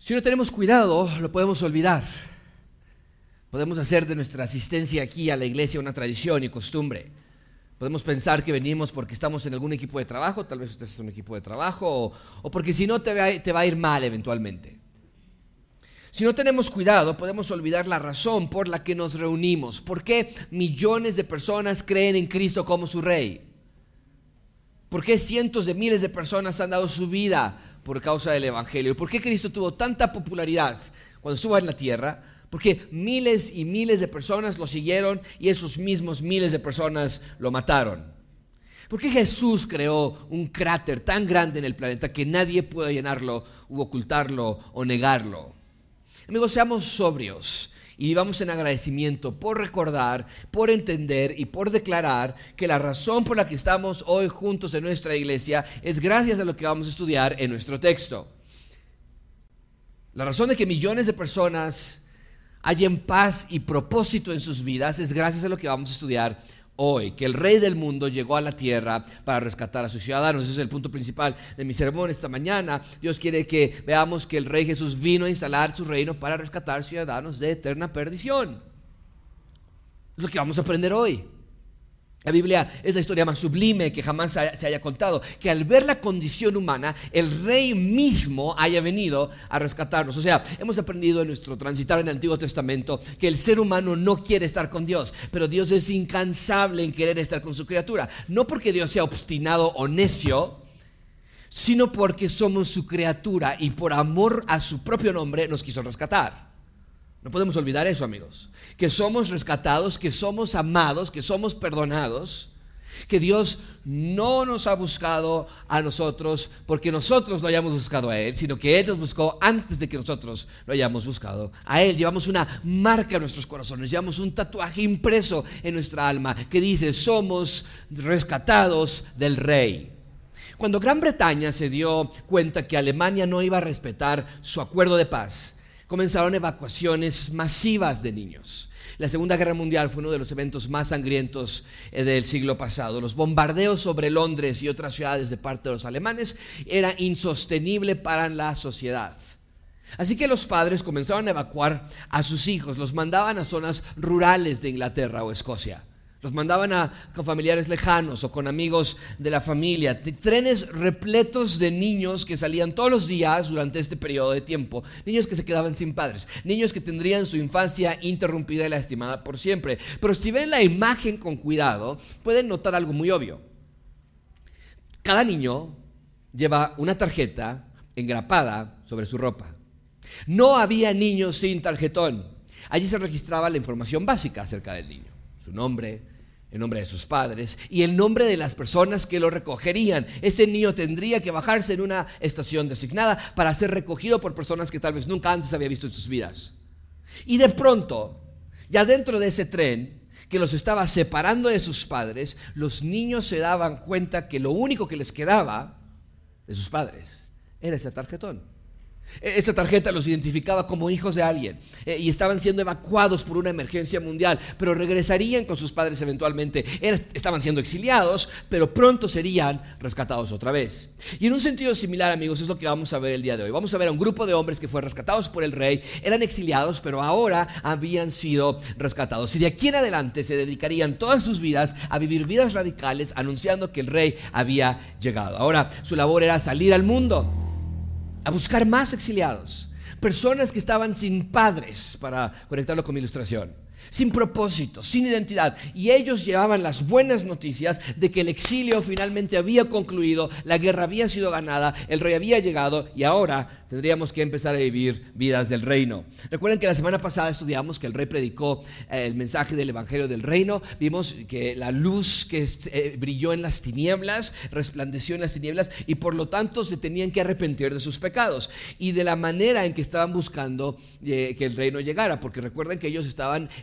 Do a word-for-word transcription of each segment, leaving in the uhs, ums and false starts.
Si no tenemos cuidado, lo podemos olvidar. Podemos hacer de nuestra asistencia aquí a la iglesia una tradición y costumbre. Podemos pensar que venimos porque estamos en algún equipo de trabajo, tal vez usted es un equipo de trabajo, o, o porque si no te va, te va a ir mal eventualmente. Si no tenemos cuidado, podemos olvidar la razón por la que nos reunimos. ¿Por qué millones de personas creen en Cristo como su Rey? ¿Por qué cientos de miles de personas han dado su vida por causa del Evangelio? ¿Por qué Cristo tuvo tanta popularidad cuando estuvo en la tierra? Porque miles y miles de personas lo siguieron y esos mismos miles de personas lo mataron. ¿Por qué Jesús creó un cráter tan grande en el planeta que nadie puede llenarlo u ocultarlo o negarlo? Amigos, seamos sobrios y vivamos en agradecimiento por recordar, por entender y por declarar que la razón por la que estamos hoy juntos en nuestra iglesia es gracias a lo que vamos a estudiar en nuestro texto. La razón de que millones de personas hallen paz y propósito en sus vidas es gracias a lo que vamos a estudiar hoy, que el Rey del mundo llegó a la tierra para rescatar a sus ciudadanos. Ese es el punto principal de mi sermón esta mañana. Dios quiere que veamos que el Rey Jesús vino a instalar su reino para rescatar ciudadanos de eterna perdición. Es lo que vamos a aprender hoy. La Biblia es la historia más sublime que jamás se haya contado, que al ver la condición humana, el Rey mismo haya venido a rescatarnos. O sea, hemos aprendido en nuestro transitar en el Antiguo Testamento que el ser humano no quiere estar con Dios, pero Dios es incansable en querer estar con su criatura. No porque Dios sea obstinado o necio, sino porque somos su criatura y por amor a su propio nombre nos quiso rescatar. No podemos olvidar eso, amigos, que somos rescatados, que somos amados, que somos perdonados, que Dios no nos ha buscado a nosotros porque nosotros lo hayamos buscado a Él, sino que Él nos buscó antes de que nosotros lo hayamos buscado a Él. Llevamos una marca en nuestros corazones, llevamos un tatuaje impreso en nuestra alma que dice: somos rescatados del Rey. Cuando Gran Bretaña se dio cuenta que Alemania no iba a respetar su acuerdo de paz, comenzaron evacuaciones masivas de niños. La Segunda Guerra Mundial fue uno de los eventos más sangrientos del siglo pasado. Los bombardeos sobre Londres y otras ciudades de parte de los alemanes era insostenible para la sociedad. Así que los padres comenzaron a evacuar a sus hijos, los mandaban a zonas rurales de Inglaterra o Escocia. Los mandaban a, con familiares lejanos o con amigos de la familia. Trenes repletos de niños que salían todos los días durante este periodo de tiempo. Niños que se quedaban sin padres. Niños que tendrían su infancia interrumpida y lastimada por siempre. Pero si ven la imagen con cuidado, pueden notar algo muy obvio. Cada niño lleva una tarjeta engrapada sobre su ropa. No había niños sin tarjetón. Allí se registraba la información básica acerca del niño. Su nombre, el nombre de sus padres y el nombre de las personas que lo recogerían. Ese niño tendría que bajarse en una estación designada para ser recogido por personas que tal vez nunca antes había visto en sus vidas. Y de pronto, ya dentro de ese tren que los estaba separando de sus padres, los niños se daban cuenta que lo único que les quedaba de sus padres era ese tarjetón. Esa tarjeta los identificaba como hijos de alguien eh, y estaban siendo evacuados por una emergencia mundial, pero regresarían con sus padres eventualmente. Era, estaban siendo exiliados, pero pronto serían rescatados otra vez. Y en un sentido similar, amigos, es lo que vamos a ver el día de hoy. Vamos a ver a un grupo de hombres que fueron rescatados por el Rey, eran exiliados, pero ahora habían sido rescatados. Y de aquí en adelante se dedicarían todas sus vidas a vivir vidas radicales, anunciando que el Rey había llegado. Ahora su labor era salir al mundo a buscar más exiliados, personas que estaban sin padres, para conectarlo con mi ilustración, sin propósito, sin identidad, y ellos llevaban las buenas noticias de que el exilio finalmente había concluido, la guerra había sido ganada, el Rey había llegado y ahora tendríamos que empezar a vivir vidas del reino. Recuerden que la semana pasada estudiamos que el Rey predicó eh, el mensaje del Evangelio del Reino. Vimos que la luz que eh, brilló en las tinieblas resplandeció en las tinieblas y por lo tanto se tenían que arrepentir de sus pecados y de la manera en que estaban buscando eh, que el reino llegara, porque recuerden que ellos estaban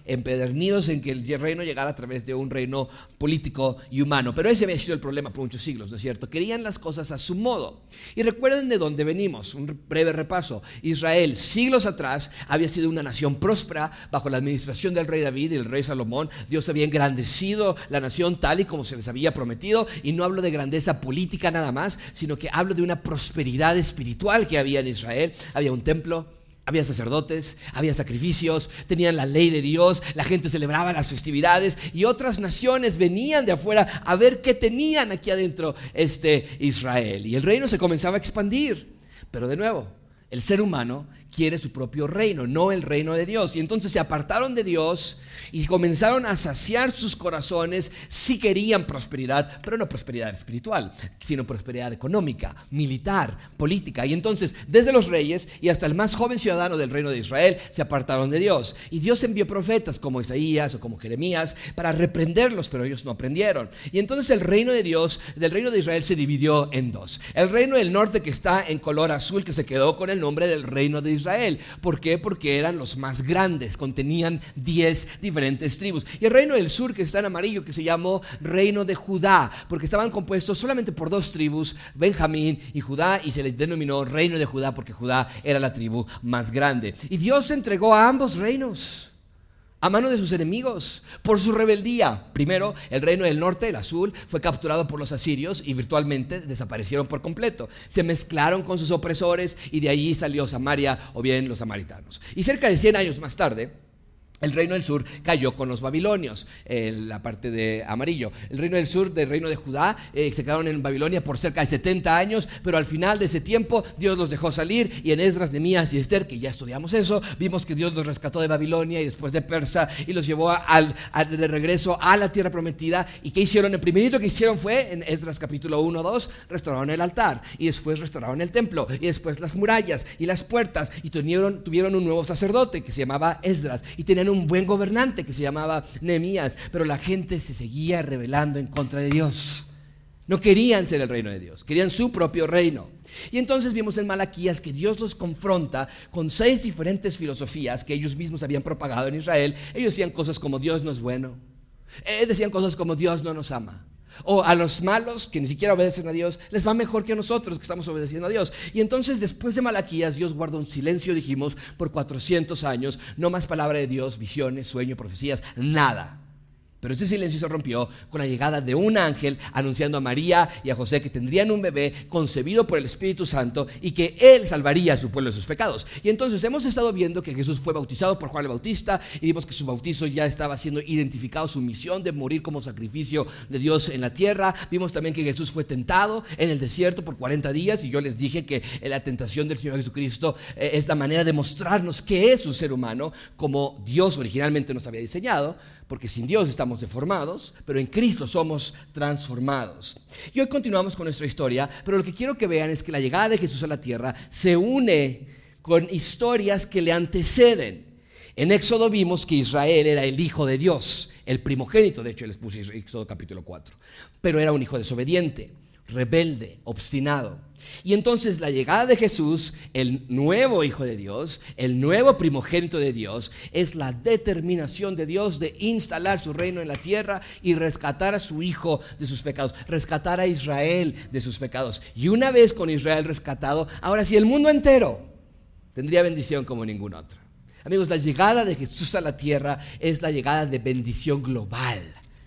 empedernidos en que el reino llegara a través de un reino político y humano. Pero ese había sido el problema por muchos siglos, ¿no es cierto? Querían las cosas a su modo. Y recuerden de dónde venimos, un breve repaso. Israel, siglos atrás, había sido una nación próspera bajo la administración del rey David y el rey Salomón. Dios había engrandecido la nación tal y como se les había prometido. Y no hablo de grandeza política nada más, sino que hablo de una prosperidad espiritual que había en Israel. Había un templo, había sacerdotes, había sacrificios, tenían la ley de Dios, la gente celebraba las festividades y otras naciones venían de afuera a ver qué tenían aquí adentro este Israel. Y el reino se comenzaba a expandir, pero de nuevo, el ser humano quiere su propio reino, no el reino de Dios. Y entonces se apartaron de Dios y comenzaron a saciar sus corazones. Sí querían prosperidad, pero no prosperidad espiritual, sino prosperidad económica, militar, política. Y entonces desde los reyes y hasta el más joven ciudadano del reino de Israel se apartaron de Dios. Y Dios envió profetas como Isaías o como Jeremías para reprenderlos, pero ellos no aprendieron. Y entonces el reino de Dios, del reino de Israel, se dividió en dos. El reino del norte, que está en color azul, que se quedó con el nombre del reino de Israel. ¿Por qué? Porque eran los más grandes, contenían diez diferentes tribus. Y el reino del sur, que está en amarillo, que se llamó reino de Judá, porque estaban compuestos solamente por dos tribus, Benjamín y Judá, y se les denominó reino de Judá porque Judá era la tribu más grande. Y Dios entregó a ambos reinos a mano de sus enemigos por su rebeldía. Primero, el reino del norte, el azul, fue capturado por los asirios y virtualmente desaparecieron por completo. Se mezclaron con sus opresores y de allí salió Samaria, o bien los samaritanos. Y cerca de cien años más tarde, el reino del sur cayó con los babilonios, en la parte de amarillo. El reino del sur, del reino de Judá, eh, se quedaron en Babilonia por cerca de setenta años, pero al final de ese tiempo Dios los dejó salir, y en Esdras, Nehemías y Esther, que ya estudiamos eso, vimos que Dios los rescató de Babilonia y después de Persa y los llevó al, al, de regreso a la tierra prometida. ¿Y qué hicieron? El primerito que hicieron fue, en Esdras capítulo uno, dos, restauraron el altar, y después restauraron el templo, y después las murallas y las puertas, y tuvieron, tuvieron un nuevo sacerdote que se llamaba Esdras, y tenían un buen gobernante que se llamaba Nehemías, pero la gente se seguía rebelando en contra de Dios. No querían ser el reino de Dios, querían su propio reino. Y entonces vimos en Malaquías que Dios los confronta con seis diferentes filosofías que ellos mismos habían propagado en Israel. Ellos decían cosas como Dios no es bueno, eh, decían cosas como Dios no nos ama, o a los malos que ni siquiera obedecen a Dios les va mejor que a nosotros que estamos obedeciendo a Dios. Y entonces después de Malaquías Dios guarda un silencio, dijimos, por cuatrocientos años. No más palabra de Dios, visiones, sueños, profecías, nada. Pero ese silencio se rompió con la llegada de un ángel anunciando a María y a José que tendrían un bebé concebido por el Espíritu Santo y que él salvaría a su pueblo de sus pecados. Y entonces hemos estado viendo que Jesús fue bautizado por Juan el Bautista, y vimos que su bautizo ya estaba siendo identificado, su misión de morir como sacrificio de Dios en la tierra. Vimos también que Jesús fue tentado en el desierto por cuarenta días, y yo les dije que la tentación del Señor Jesucristo es la manera de mostrarnos qué es un ser humano como Dios originalmente nos había diseñado, porque sin Dios estamos deformados, pero en Cristo somos transformados. Y hoy continuamos con nuestra historia, pero lo que quiero que vean es que la llegada de Jesús a la tierra se une con historias que le anteceden. En Éxodo vimos que Israel era el hijo de Dios, el primogénito. De hecho, les puse Éxodo capítulo cuatro, pero era un hijo desobediente, rebelde, obstinado. Y entonces la llegada de Jesús, el nuevo Hijo de Dios, el nuevo primogénito de Dios, es la determinación de Dios de instalar su reino en la tierra y rescatar a su Hijo de sus pecados, rescatar a Israel de sus pecados. Y una vez con Israel rescatado, ahora sí el mundo entero tendría bendición como ningún otro. Amigos, la llegada de Jesús a la tierra es la llegada de bendición global.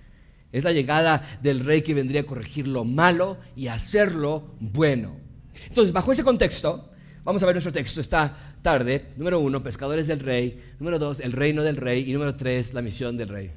Es la llegada del rey que vendría a corregir lo malo y hacerlo bueno. Entonces, bajo ese contexto, vamos a ver nuestro texto esta tarde. Número uno, pescadores del rey. Número dos, el reino del rey. Y número tres, la misión del rey.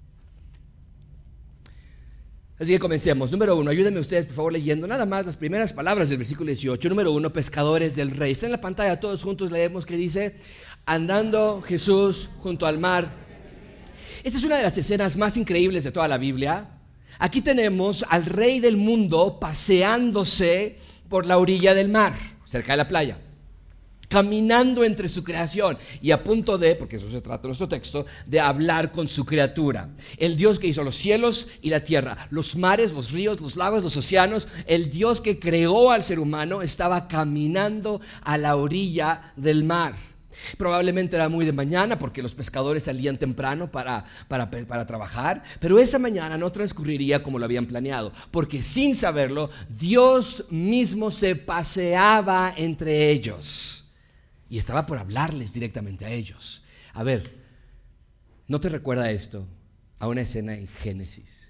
Así que comencemos. Número uno, ayúdenme ustedes por favor leyendo nada más las primeras palabras del versículo dieciocho. Número uno, pescadores del rey. Está en la pantalla, todos juntos leemos que dice: andando Jesús junto al mar. Esta es una de las escenas más increíbles de toda la Biblia. Aquí tenemos al rey del mundo paseándose por la orilla del mar, cerca de la playa, caminando entre su creación y a punto de, porque eso se trata de nuestro texto, de hablar con su criatura. El Dios que hizo los cielos y la tierra, los mares, los ríos, los lagos, los océanos. El Dios que creó al ser humano estaba caminando a la orilla del mar. Probablemente era muy de mañana porque los pescadores salían temprano para, para, para trabajar, pero esa mañana no transcurriría como lo habían planeado, porque sin saberlo, Dios mismo se paseaba entre ellos y estaba por hablarles directamente a ellos. A ver, ¿no te recuerda esto a una escena en Génesis?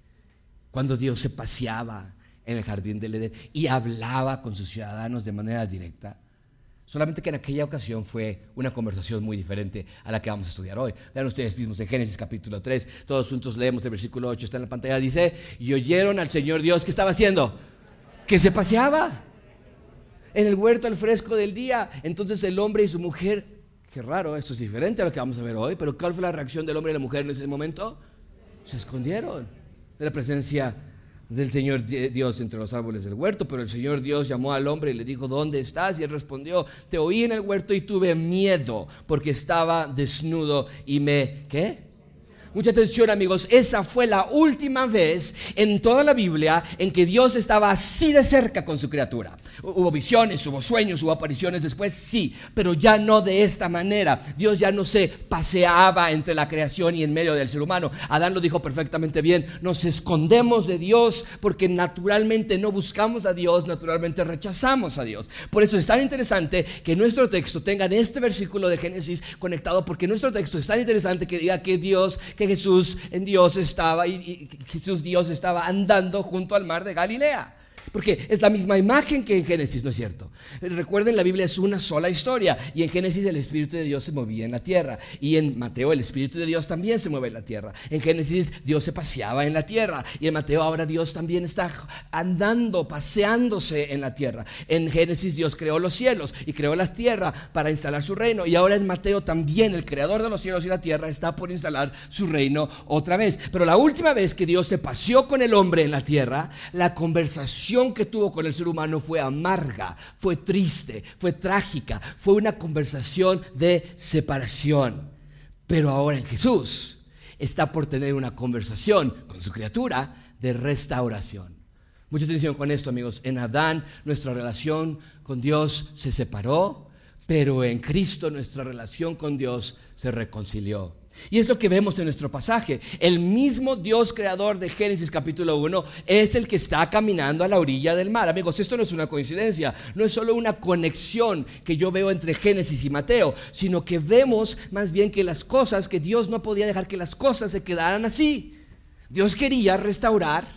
Cuando Dios se paseaba en el jardín del Edén y hablaba con sus ciudadanos de manera directa. Solamente que en aquella ocasión fue una conversación muy diferente a la que vamos a estudiar hoy. Vean ustedes mismos en Génesis capítulo tres, todos juntos leemos el versículo ocho, está en la pantalla, dice: y oyeron al Señor Dios, ¿qué estaba haciendo? Que se paseaba en el huerto al fresco del día. Entonces el hombre y su mujer, qué raro, esto es diferente a lo que vamos a ver hoy, pero ¿cuál fue la reacción del hombre y la mujer en ese momento? Se escondieron de la presencia del Señor Dios entre los árboles del huerto. Pero el Señor Dios llamó al hombre y le dijo: ¿dónde estás? Y él respondió: te oí en el huerto y tuve miedo porque estaba desnudo y me... ¿qué? Mucha atención, amigos, esa fue la última vez en toda la Biblia en que Dios estaba así de cerca con su criatura. Hubo visiones, hubo sueños, hubo apariciones después, sí, pero ya no de esta manera. Dios ya no se paseaba entre la creación y en medio del ser humano. Adán lo dijo perfectamente bien: nos escondemos de Dios porque naturalmente no buscamos a Dios, naturalmente rechazamos a Dios. Por eso es tan interesante que nuestro texto tenga este versículo de Génesis conectado, porque nuestro texto es tan interesante que diga que Dios, que Jesús en Dios estaba y, y Jesús Dios estaba andando junto al mar de Galilea. Porque es la misma imagen que en Génesis, ¿no es cierto? Recuerden, la Biblia es una sola historia, y en Génesis el Espíritu de Dios se movía en la tierra, y en Mateo el Espíritu de Dios también se mueve en la tierra. En Génesis Dios se paseaba en la tierra, y en Mateo ahora Dios también está andando, paseándose en la tierra. En Génesis Dios creó los cielos y creó la tierra para instalar su reino, y ahora en Mateo también el creador de los cielos y la tierra está por instalar su reino otra vez. Pero la última vez que Dios se paseó con el hombre en la tierra, la conversación que tuvo con el ser humano fue amarga, fue triste, fue trágica, fue una conversación de separación. Pero ahora en Jesús está por tener una conversación con su criatura de restauración. Mucha atención con esto, amigos. En Adán nuestra relación con Dios se separó, pero en Cristo nuestra relación con Dios se reconcilió. Y es lo que vemos en nuestro pasaje. El mismo Dios creador de Génesis capítulo uno es el que está caminando a la orilla del mar. Amigos, esto no es una coincidencia, no es solo una conexión que yo veo entre Génesis y Mateo, sino que vemos más bien que las cosas, que Dios no podía dejar que las cosas se quedaran así. Dios quería restaurar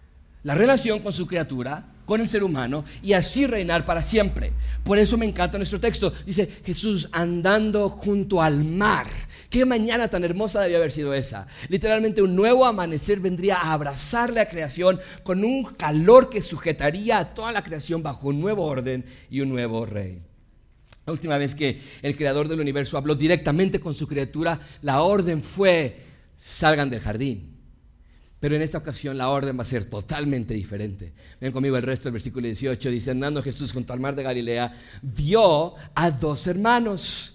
la relación con su criatura, con el ser humano, y así reinar para siempre. Por eso me encanta nuestro texto. Dice: Jesús andando junto al mar. Qué mañana tan hermosa debía haber sido esa. Literalmente un nuevo amanecer vendría a abrazar la creación con un calor que sujetaría a toda la creación bajo un nuevo orden y un nuevo rey. La última vez que el creador del universo habló directamente con su criatura, la orden fue: salgan del jardín. Pero en esta ocasión la orden va a ser totalmente diferente. Ven conmigo el resto del versículo dieciocho. Dice: andando Jesús junto al mar de Galilea, vio a dos hermanos,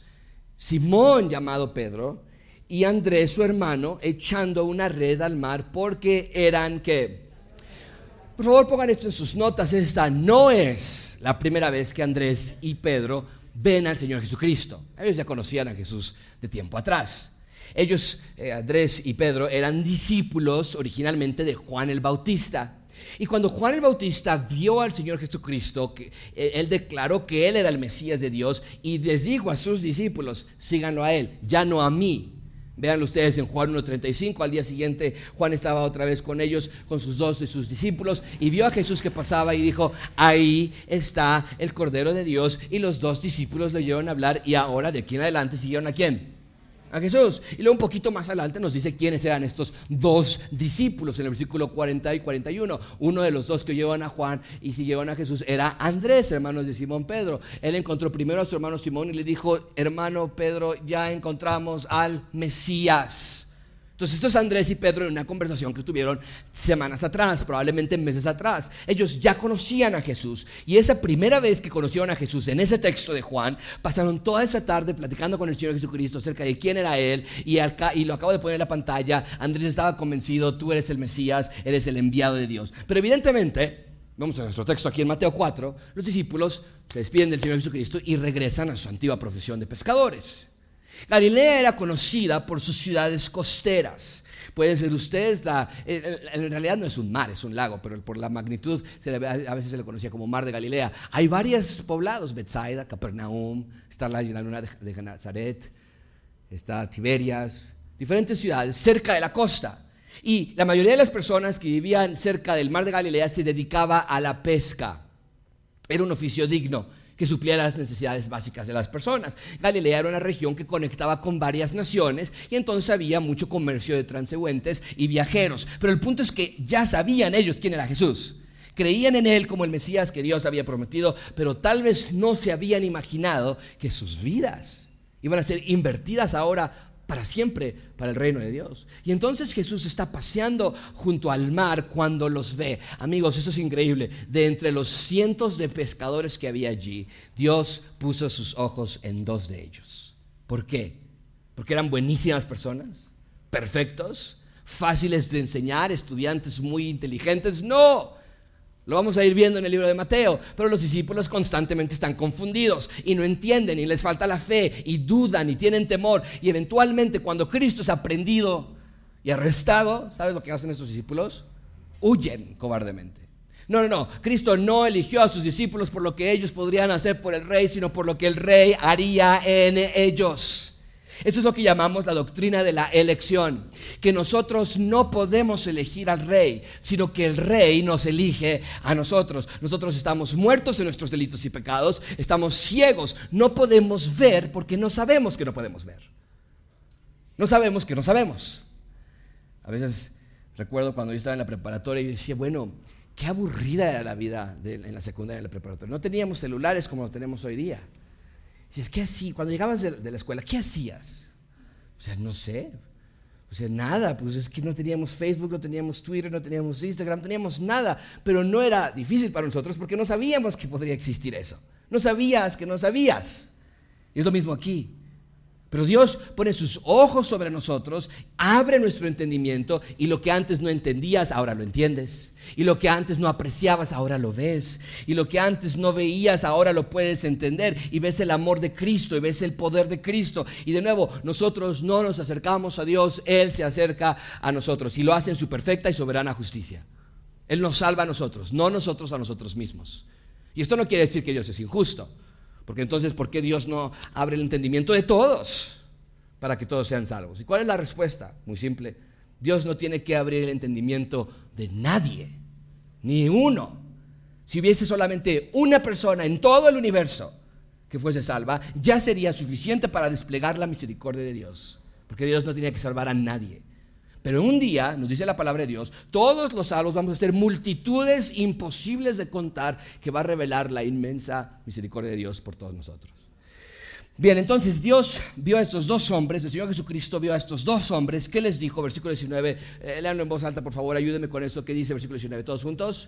Simón llamado Pedro y Andrés su hermano, echando una red al mar porque eran ¿qué? Por favor, pongan esto en sus notas. Esta no es la primera vez que Andrés y Pedro ven al Señor Jesucristo. Ellos ya conocían a Jesús de tiempo atrás. Ellos, eh, Andrés y Pedro, eran discípulos originalmente de Juan el Bautista. Y cuando Juan el Bautista vio al Señor Jesucristo, que, eh, él declaró que él era el Mesías de Dios y les dijo a sus discípulos: síganlo a él, ya no a mí. Véanlo ustedes en Juan uno treinta y cinco. Al día siguiente Juan estaba otra vez con ellos, con sus dos de sus discípulos, y vio a Jesús que pasaba y dijo: ahí está el Cordero de Dios. Y los dos discípulos le oyeron hablar, y ahora de aquí en adelante siguieron ¿a quién? A Jesús. Y luego un poquito más adelante nos dice quiénes eran estos dos discípulos en el versículo cuarenta y cuarenta y uno. Uno de los dos que oyeron a Juan y siguieron a Jesús era Andrés, hermano de Simón Pedro. Él encontró primero a su hermano Simón y le dijo: hermano Pedro, ya encontramos al Mesías. Entonces estos Andrés y Pedro, en una conversación que tuvieron semanas atrás, probablemente meses atrás, ellos ya conocían a Jesús. Y esa primera vez que conocieron a Jesús, en ese texto de Juan, pasaron toda esa tarde platicando con el Señor Jesucristo acerca de quién era Él. Y, acá, y lo acabo de poner en la pantalla. Andrés estaba convencido: tú eres el Mesías, eres el enviado de Dios. Pero evidentemente Vamos a nuestro texto aquí en Mateo cuatro. Los discípulos se despiden del Señor Jesucristo y regresan a su antigua profesión de pescadores. Galilea era conocida por sus ciudades costeras. Pueden ser ustedes, la, en realidad no es un mar, es un lago, pero por la magnitud se le, a veces se le conocía como Mar de Galilea. Hay varios poblados: Betsaida, Capernaum, está la llanura de, de Nazaret, está Tiberias, diferentes ciudades cerca de la costa. Y la mayoría de las personas que vivían cerca del Mar de Galilea se dedicaba a la pesca. Era un oficio digno que suplía las necesidades básicas de las personas. Galilea era una región que conectaba con varias naciones y entonces había mucho comercio de transeúntes y viajeros. Pero el punto es que ya sabían ellos quién era Jesús. Creían en Él como el Mesías que Dios había prometido, pero tal vez no se habían imaginado que sus vidas iban a ser invertidas ahora para siempre para el reino de Dios. Y entonces Jesús está paseando junto al mar cuando los ve. Amigos, eso es increíble. De entre los cientos de pescadores que había allí, Dios puso sus ojos en dos de ellos. ¿Por qué? ¿Porque eran buenísimas personas? ¿Perfectos? ¿Fáciles de enseñar? ¿Estudiantes muy inteligentes? ¡No! Lo vamos a ir viendo en el libro de Mateo. Pero los discípulos constantemente están confundidos y no entienden y les falta la fe y dudan y tienen temor. Y eventualmente, cuando Cristo es aprendido y arrestado, ¿sabes lo que hacen estos discípulos? Huyen cobardemente. No, no, no. Cristo no eligió a sus discípulos por lo que ellos podrían hacer por el rey, sino por lo que el rey haría en ellos. Eso es lo que llamamos la doctrina de la elección, que nosotros no podemos elegir al rey, sino que el rey nos elige a nosotros. Nosotros estamos muertos en nuestros delitos y pecados, estamos ciegos, no podemos ver porque no sabemos que no podemos ver. No sabemos que no sabemos. A veces recuerdo cuando yo estaba en la preparatoria y decía, bueno, qué aburrida era la vida de, en la secundaria y en la preparatoria. No teníamos celulares como lo tenemos hoy día. Dices, ¿qué hacías? Cuando llegabas de, de la escuela, ¿qué hacías? O sea, no sé. O sea, nada. Pues es que no teníamos Facebook, no teníamos Twitter, no teníamos Instagram, no teníamos nada. Pero no era difícil para nosotros porque no sabíamos que podría existir eso. No sabías que no sabías. Y es lo mismo aquí. Pero Dios pone sus ojos sobre nosotros, abre nuestro entendimiento y lo que antes no entendías, ahora lo entiendes. Y lo que antes no apreciabas, ahora lo ves. Y lo que antes no veías, ahora lo puedes entender. Y ves el amor de Cristo y ves el poder de Cristo. Y de nuevo, nosotros no nos acercamos a Dios, Él se acerca a nosotros. Y lo hace en su perfecta y soberana justicia. Él nos salva a nosotros, no nosotros a nosotros mismos. Y esto no quiere decir que Dios es injusto. Porque entonces, ¿por qué Dios no abre el entendimiento de todos para que todos sean salvos? ¿Y cuál es la respuesta? Muy simple. Dios no tiene que abrir el entendimiento de nadie, ni uno. Si hubiese solamente una persona en todo el universo que fuese salva, ya sería suficiente para desplegar la misericordia de Dios. Porque Dios no tenía que salvar a nadie. Pero un día, nos dice la palabra de Dios, todos los salvos vamos a ser multitudes imposibles de contar que va a revelar la inmensa misericordia de Dios por todos nosotros. Bien, entonces Dios vio a estos dos hombres, el Señor Jesucristo vio a estos dos hombres. ¿Qué les dijo? Versículo diecinueve, eh, léanlo en voz alta por favor, ayúdenme con esto. ¿Qué dice versículo diecinueve? Todos juntos.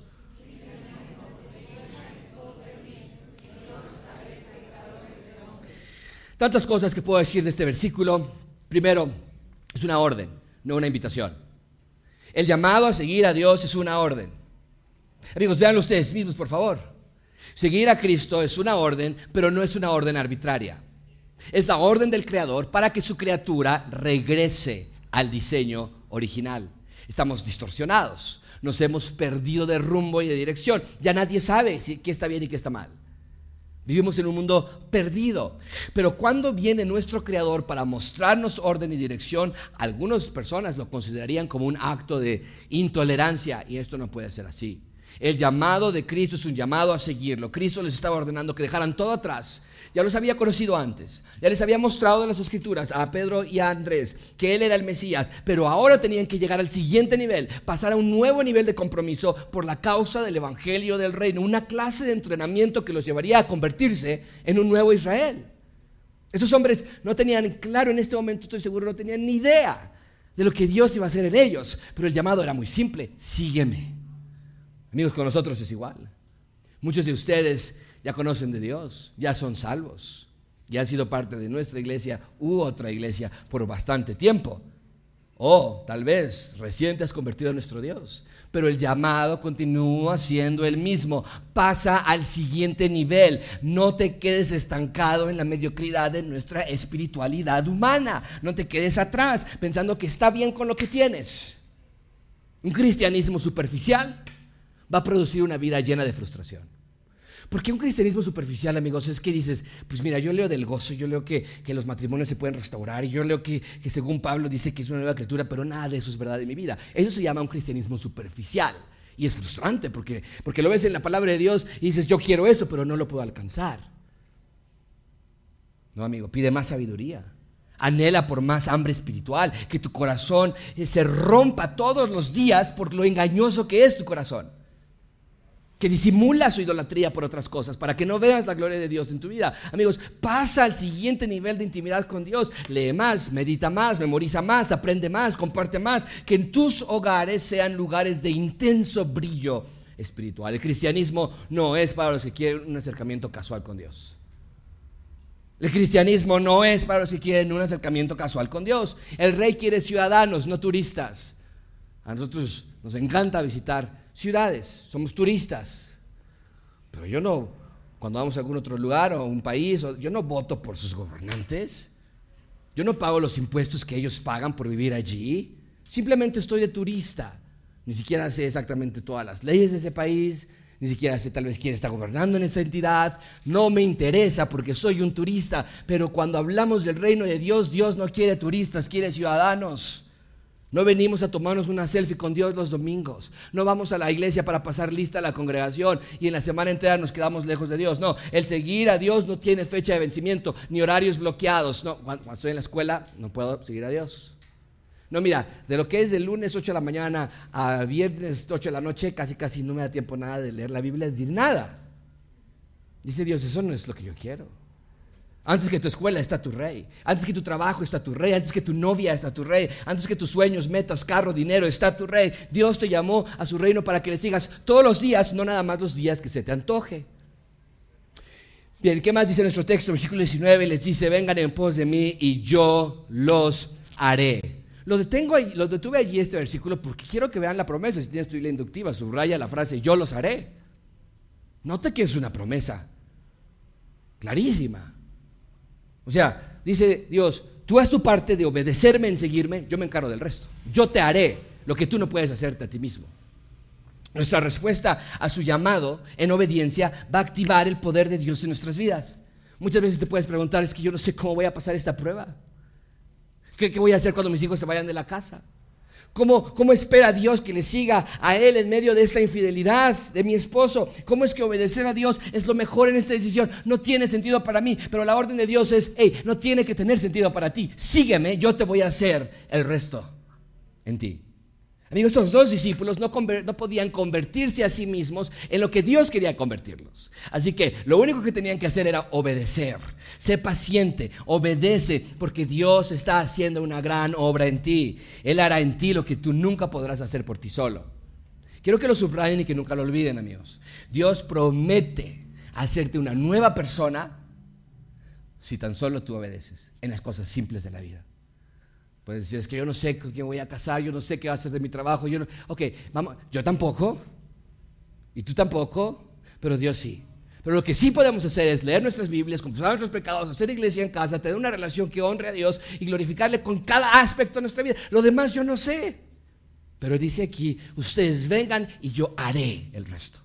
Tantas cosas que puedo decir de este versículo. Primero, es una orden, no una invitación. El llamado a seguir a Dios es una orden. Amigos, véanlo ustedes mismos, por favor. Seguir a Cristo es una orden, pero no es una orden arbitraria. Es la orden del Creador para que su criatura regrese al diseño original. Estamos distorsionados, nos hemos perdido de rumbo y de dirección. Ya nadie sabe si, qué está bien y qué está mal. Vivimos en un mundo perdido. Pero cuando viene nuestro Creador para mostrarnos orden y dirección, algunas personas lo considerarían como un acto de intolerancia, y esto no puede ser así. El llamado de Cristo es un llamado a seguirlo. Cristo les estaba ordenando que dejaran todo atrás. Ya los había conocido antes, ya les había mostrado en las Escrituras a Pedro y a Andrés que Él era el Mesías, pero ahora tenían que llegar al siguiente nivel, pasar a un nuevo nivel de compromiso por la causa del Evangelio del Reino, una clase de entrenamiento que los llevaría a convertirse en un nuevo Israel. Esos hombres no tenían claro en este momento, estoy seguro, no tenían ni idea de lo que Dios iba a hacer en ellos, pero el llamado era muy simple: sígueme. Amigos, con nosotros es igual. Muchos de ustedes ya conocen de Dios, ya son salvos, ya han sido parte de nuestra iglesia u otra iglesia por bastante tiempo. O tal vez recién te has convertido en nuestro Dios, pero el llamado continúa siendo el mismo. Pasa al siguiente nivel. No te quedes estancado en la mediocridad de nuestra espiritualidad humana. No te quedes atrás pensando que está bien con lo que tienes. Un cristianismo superficial va a producir una vida llena de frustración. Porque un cristianismo superficial, amigos, es que dices, pues mira, yo leo del gozo, yo leo que, que los matrimonios se pueden restaurar, y yo leo que, que según Pablo dice que es una nueva criatura, pero nada de eso es verdad en mi vida. Eso se llama un cristianismo superficial. Y es frustrante porque, porque lo ves en la palabra de Dios y dices, yo quiero eso, pero no lo puedo alcanzar. No, amigo, pide más sabiduría. Anhela por más hambre espiritual, que tu corazón se rompa todos los días por lo engañoso que es tu corazón, que disimula su idolatría por otras cosas, para que no veas la gloria de Dios en tu vida. Amigos, pasa al siguiente nivel de intimidad con Dios. Lee más, medita más, memoriza más, aprende más, comparte más. Que en tus hogares sean lugares de intenso brillo espiritual. El cristianismo no es para los que quieren un acercamiento casual con Dios. El cristianismo no es para los que quieren un acercamiento casual con Dios. El rey quiere ciudadanos, no turistas. A nosotros nos encanta visitar ciudades, somos turistas, pero yo no, cuando vamos a algún otro lugar o a un país, yo no voto por sus gobernantes, yo no pago los impuestos que ellos pagan por vivir allí, simplemente estoy de turista. Ni siquiera sé exactamente todas las leyes de ese país, ni siquiera sé tal vez quién está gobernando en esa entidad. No me interesa porque soy un turista. Pero cuando hablamos del reino de Dios, Dios no quiere turistas, quiere ciudadanos. No venimos a tomarnos una selfie con Dios los domingos. No vamos a la iglesia para pasar lista a la congregación y en la semana entera nos quedamos lejos de Dios. No, el seguir a Dios no tiene fecha de vencimiento ni horarios bloqueados. No, cuando estoy en la escuela no puedo seguir a Dios. No, mira, de lo que es de lunes ocho de la mañana a viernes ocho de la noche, casi casi no me da tiempo nada de leer la Biblia, de nada. Dice Dios, eso no es lo que yo quiero. Antes que tu escuela está tu rey, antes que tu trabajo está tu rey, antes que tu novia está tu rey, antes que tus sueños, metas, carro, dinero está tu rey. Dios te llamó a su reino para que le sigas todos los días, no nada más los días que se te antoje. Bien, ¿qué más dice nuestro texto? Versículo diecinueve les dice, vengan en pos de mí y yo los haré. Lo detengo, lo detuve allí este versículo porque quiero que vean la promesa. Si tienes tu Biblia inductiva, subraya la frase yo los haré. Nota que es una promesa clarísima. O sea, dice Dios, tú haz tu parte de obedecerme en seguirme, yo me encargo del resto. Yo te haré lo que tú no puedes hacerte a ti mismo. Nuestra respuesta a su llamado en obediencia va a activar el poder de Dios en nuestras vidas. Muchas veces te puedes preguntar, es que yo no sé cómo voy a pasar esta prueba. ¿Qué, qué voy a hacer cuando mis hijos se vayan de la casa? ¿Cómo, ¿Cómo espera Dios que le siga a Él en medio de esta infidelidad de mi esposo? ¿Cómo es que obedecer a Dios es lo mejor en esta decisión? No tiene sentido para mí, pero la orden de Dios es, hey, no tiene que tener sentido para ti. Sígueme, yo te voy a hacer el resto en ti. Amigos, esos dos discípulos no, conver- no podían convertirse a sí mismos en lo que Dios quería convertirlos. Así que lo único que tenían que hacer era obedecer. Sé paciente, obedece, porque Dios está haciendo una gran obra en ti. Él hará en ti lo que tú nunca podrás hacer por ti solo. Quiero que lo subrayen y que nunca lo olviden, amigos. Dios promete hacerte una nueva persona si tan solo tú obedeces en las cosas simples de la vida. Puedes decir, es que yo no sé con quién voy a casar, yo no sé qué va a hacer de mi trabajo. Yo no... Ok, vamos, yo tampoco, y tú tampoco, pero Dios sí. Pero lo que sí podemos hacer es leer nuestras Biblias, confesar nuestros pecados, hacer iglesia en casa, tener una relación que honre a Dios y glorificarle con cada aspecto de nuestra vida. Lo demás yo no sé. Pero dice aquí, ustedes vengan y yo haré el resto.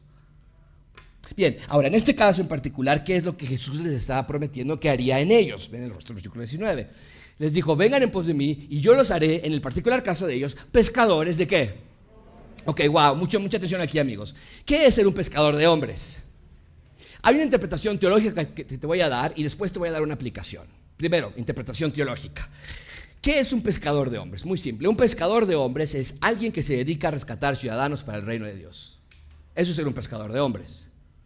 Bien, ahora en este caso en particular, ¿qué es lo que Jesús les estaba prometiendo que haría en ellos? Ven el versículo diecinueve. Les dijo, vengan en pos de mí y yo los haré, en el particular caso de ellos, pescadores ¿de qué? Ok, wow, mucho, mucha atención aquí, amigos. ¿Qué es ser un pescador de hombres? Hay una interpretación teológica que te voy a dar y después te voy a dar una aplicación. Primero, interpretación teológica. ¿Qué es un pescador de hombres? Muy simple. Un pescador de hombres es alguien que se dedica a rescatar ciudadanos para el reino de Dios. Eso es ser un pescador de hombres.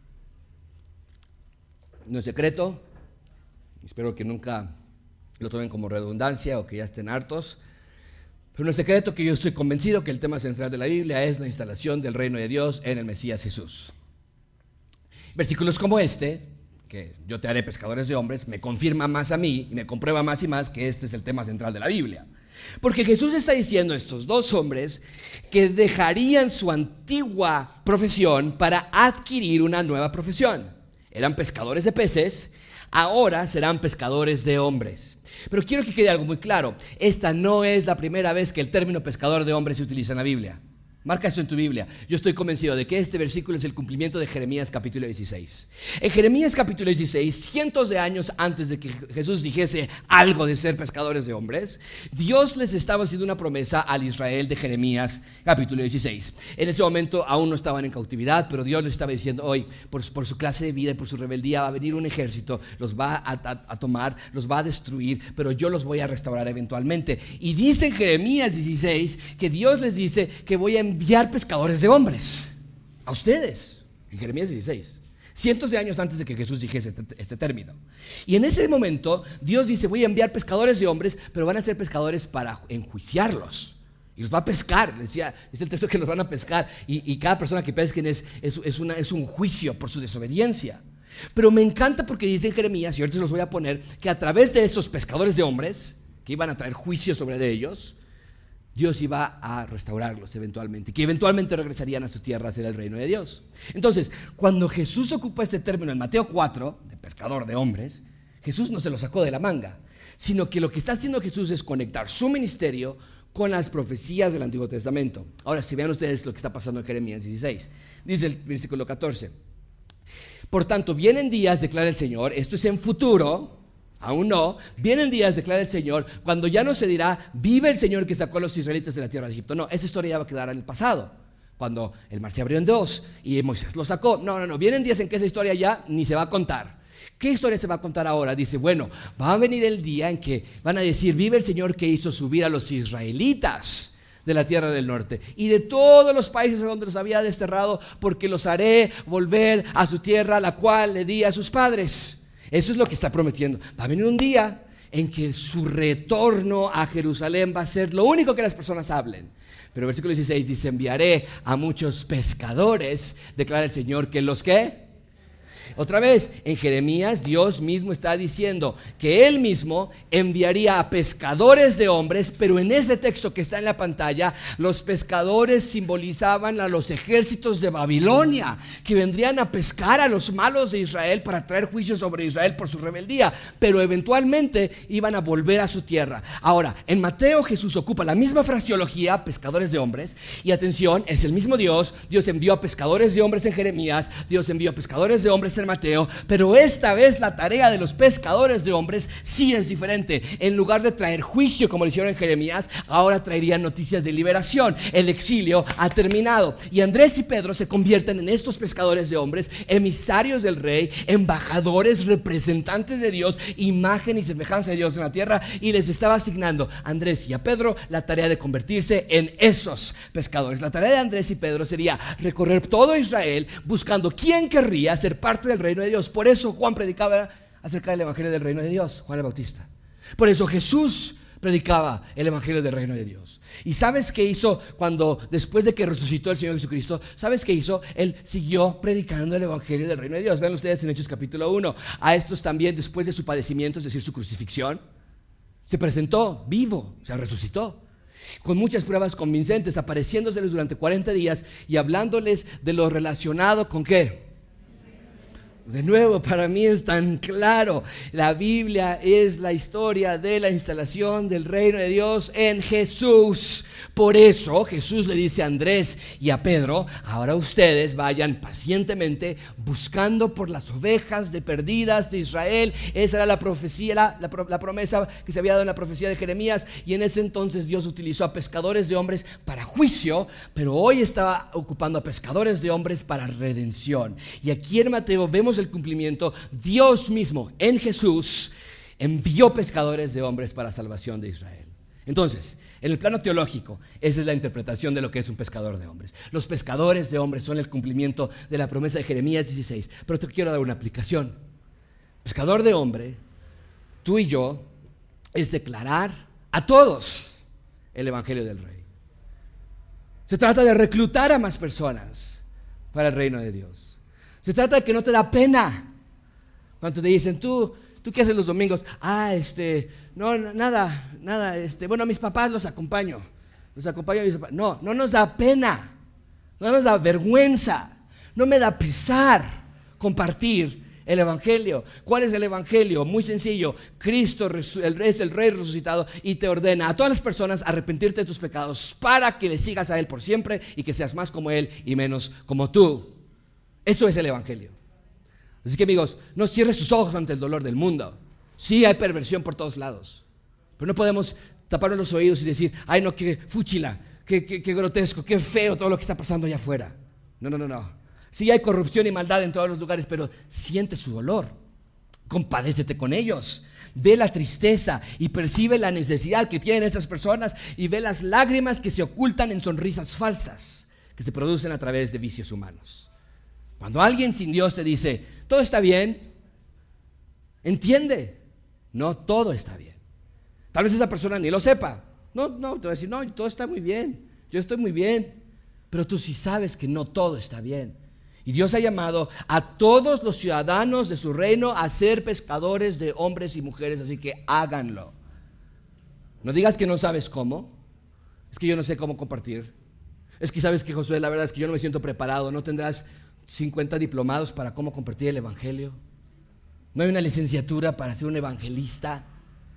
No es secreto. Espero que nunca lo tomen como redundancia o que ya estén hartos. Pero no es secreto que yo estoy convencido que el tema central de la Biblia es la instalación del reino de Dios en el Mesías Jesús. Versículos como este, que yo te haré pescadores de hombres, me confirma más a mí y me comprueba más y más que este es el tema central de la Biblia. Porque Jesús está diciendo a estos dos hombres que dejarían su antigua profesión para adquirir una nueva profesión. Eran pescadores de peces, ahora serán pescadores de hombres. Pero quiero que quede algo muy claro. Esta no es la primera vez que el término pescador de hombres se utiliza en la Biblia. Marca esto en tu Biblia. Yo estoy convencido de que este versículo es el cumplimiento de Jeremías capítulo dieciséis. En Jeremías capítulo dieciséis, cientos de años antes de que Jesús dijese algo de ser pescadores de hombres, Dios les estaba haciendo una promesa al Israel de Jeremías capítulo dieciséis. En ese momento aún no estaban en cautividad, pero Dios les estaba diciendo: hoy, por, por su clase de vida y por su rebeldía va a venir un ejército, los va a, a, a tomar, los va a destruir, pero yo los voy a restaurar eventualmente. Y dice en Jeremías dieciséis que Dios les dice que voy a enviar pescadores de hombres a ustedes, en Jeremías dieciséis, cientos de años antes de que Jesús dijese este, este término. Y en ese momento Dios dice: voy a enviar pescadores de hombres, pero van a ser pescadores para enjuiciarlos, y los va a pescar. Decía, dice el texto que los van a pescar, y, y cada persona que pesquen es, es, es, una, es un juicio por su desobediencia. Pero me encanta porque dice en Jeremías, y ahorita se los voy a poner, que a través de esos pescadores de hombres que iban a traer juicio sobre ellos, Dios iba a restaurarlos eventualmente, que eventualmente regresarían a su tierra a ser el reino de Dios. Entonces, cuando Jesús ocupa este término en Mateo cuatro, de pescador de hombres, Jesús no se lo sacó de la manga, sino que lo que está haciendo Jesús es conectar su ministerio con las profecías del Antiguo Testamento. Ahora, si vean ustedes lo que está pasando en Jeremías dieciséis, dice el versículo catorce: por tanto, vienen días, declara el Señor, esto es en futuro, aún no, vienen días, declara el Señor, cuando ya no se dirá: vive el Señor que sacó a los israelitas de la tierra de Egipto. No, esa historia ya va a quedar en el pasado, cuando el mar se abrió en dos y Moisés lo sacó. No, no, no, vienen días en que esa historia ya ni se va a contar. ¿Qué historia se va a contar ahora? Dice, bueno, va a venir el día en que van a decir: vive el Señor que hizo subir a los israelitas de la tierra del norte y de todos los países a donde los había desterrado, porque los haré volver a su tierra, la cual le di a sus padres. Eso es lo que está prometiendo. Va a venir un día en que su retorno a Jerusalén va a ser lo único que las personas hablen. Pero versículo dieciséis dice: enviaré a muchos pescadores, declara el Señor, que los que... Otra vez, en Jeremías, Dios mismo está diciendo que Él mismo enviaría a pescadores de hombres, pero en ese texto que está en la pantalla, los pescadores simbolizaban a los ejércitos de Babilonia, que vendrían a pescar a los malos de Israel para traer juicio sobre Israel por su rebeldía, pero eventualmente iban a volver a su tierra. Ahora, en Mateo Jesús ocupa la misma fraseología, pescadores de hombres, y atención, es el mismo Dios. Dios envió a pescadores de hombres en Jeremías, Dios envió a pescadores de hombres en Mateo, pero esta vez la tarea de los pescadores de hombres sí es diferente. En lugar de traer juicio como lo hicieron en Jeremías, ahora traerían noticias de liberación. El exilio ha terminado y Andrés y Pedro se convierten en estos pescadores de hombres, emisarios del rey, embajadores, representantes de Dios, imagen y semejanza de Dios en la tierra, y les estaba asignando a Andrés y a Pedro la tarea de convertirse en esos pescadores. La tarea de Andrés y Pedro sería recorrer todo Israel buscando quién querría ser parte del reino de Dios. Por eso Juan predicaba acerca del evangelio del reino de Dios, Juan el Bautista. Por eso Jesús predicaba el evangelio del reino de Dios. ¿Y sabes qué hizo cuando, después de que resucitó el Señor Jesucristo? ¿Sabes qué hizo? Él siguió predicando el evangelio del reino de Dios. Vean ustedes en Hechos capítulo uno. A estos también, después de su padecimiento, es decir, su crucifixión, se presentó vivo, se resucitó, con muchas pruebas convincentes, apareciéndoseles durante cuarenta días y hablándoles de lo relacionado con ¿qué? De nuevo, para mí es tan claro. La Biblia es la historia de la instalación del reino de Dios en Jesús. Por eso Jesús le dice a Andrés y a Pedro: ahora ustedes vayan pacientemente buscando por las ovejas de perdidas de Israel. Esa era la profecía, la, la, la promesa que se había dado en la profecía de Jeremías. Y en ese entonces Dios utilizó a pescadores de hombres para juicio, pero hoy estaba ocupando a pescadores de hombres para redención. Y aquí en Mateo vemos el cumplimiento. Dios mismo en Jesús envió pescadores de hombres para salvación de Israel. Entonces, en el plano teológico, esa es la interpretación de lo que es un pescador de hombres. Los pescadores de hombres son el cumplimiento de la promesa de Jeremías dieciséis. Pero te quiero dar una aplicación. Pescador de hombre, tú y yo, es declarar a todos el evangelio del rey. Se trata de reclutar a más personas para el reino de Dios. Se trata de que no te da pena cuando te dicen: tú, ¿Tú qué haces los domingos? Ah, este, no, nada, nada, este, bueno, a mis papás los acompaño. Los acompaño a mis papás. No, no nos da pena, no nos da vergüenza, no me da pesar compartir el evangelio. ¿Cuál es el evangelio? Muy sencillo. Cristo es el Rey resucitado y te ordena a todas las personas arrepentirte de tus pecados para que le sigas a Él por siempre y que seas más como Él y menos como tú. Eso es el evangelio. Así que, amigos, no cierres tus ojos ante el dolor del mundo. Sí hay perversión por todos lados, pero no podemos taparnos los oídos y decir: ay, no, qué fúchila, qué, qué, qué grotesco, qué feo todo lo que está pasando allá afuera. No, no, no, no. Sí hay corrupción y maldad en todos los lugares, pero siente su dolor, compadécete con ellos, ve la tristeza y percibe la necesidad que tienen esas personas y ve las lágrimas que se ocultan en sonrisas falsas que se producen a través de vicios humanos. Cuando alguien sin Dios te dice: todo está bien, entiende, no todo está bien. Tal vez esa persona ni lo sepa. No, no, te va a decir: no, todo está muy bien, yo estoy muy bien, pero tú sí sabes que no todo está bien. Y Dios ha llamado a todos los ciudadanos de su reino a ser pescadores de hombres y mujeres, así que háganlo. No digas que no sabes cómo. Es que yo no sé cómo compartir. Es que sabes que, Josué, la verdad es que yo no me siento preparado. ¿No tendrás cincuenta diplomados para cómo compartir el evangelio? ¿No hay una licenciatura para ser un evangelista?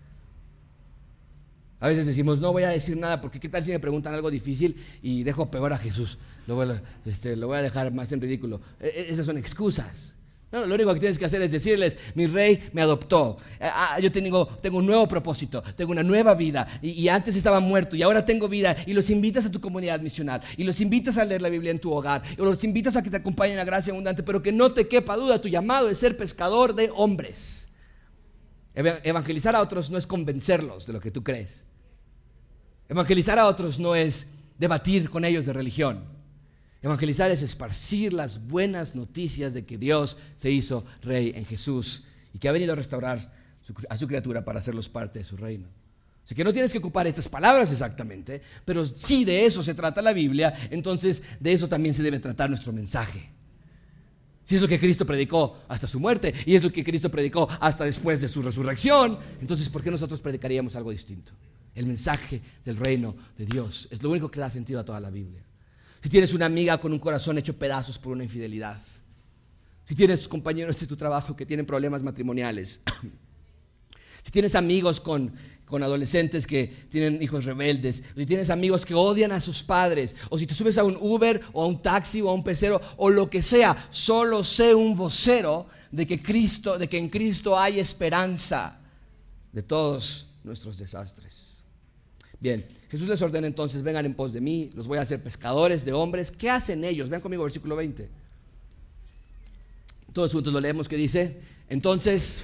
A veces decimos: no voy a decir nada porque qué tal si me preguntan algo difícil y dejo peor a Jesús, lo voy a, este, lo voy a dejar más en ridículo. E- esas son excusas. No, lo único que tienes que hacer es decirles: mi Rey me adoptó, ah, yo tengo, tengo un nuevo propósito, tengo una nueva vida y, y antes estaba muerto y ahora tengo vida. Y los invitas a tu comunidad misional y los invitas a leer la Biblia en tu hogar y los invitas a que te acompañen a Gracia Abundante, pero que no te quepa duda, tu llamado es ser pescador de hombres. Evangelizar a otros no es convencerlos de lo que tú crees. Evangelizar a otros no es debatir con ellos de religión. Evangelizar es esparcir las buenas noticias de que Dios se hizo Rey en Jesús y que ha venido a restaurar a su criatura para hacerlos parte de su reino. Así que no tienes que ocupar estas palabras exactamente, pero si de eso se trata la Biblia, entonces de eso también se debe tratar nuestro mensaje. Si es lo que Cristo predicó hasta su muerte y es lo que Cristo predicó hasta después de su resurrección, entonces ¿por qué nosotros predicaríamos algo distinto? El mensaje del reino de Dios es lo único que da sentido a toda la Biblia. Si tienes una amiga con un corazón hecho pedazos por una infidelidad, si tienes compañeros de tu trabajo que tienen problemas matrimoniales, si tienes amigos con, con adolescentes que tienen hijos rebeldes, o si tienes amigos que odian a sus padres, o si te subes a un Uber o a un taxi o a un pecero o lo que sea, solo sé un vocero de que Cristo, de que en Cristo hay esperanza de todos nuestros desastres. Bien, Jesús les ordena entonces: vengan en pos de mí, los voy a hacer pescadores de hombres. ¿Qué hacen ellos? Vean conmigo versículo veinte. Todos juntos lo leemos, que dice: entonces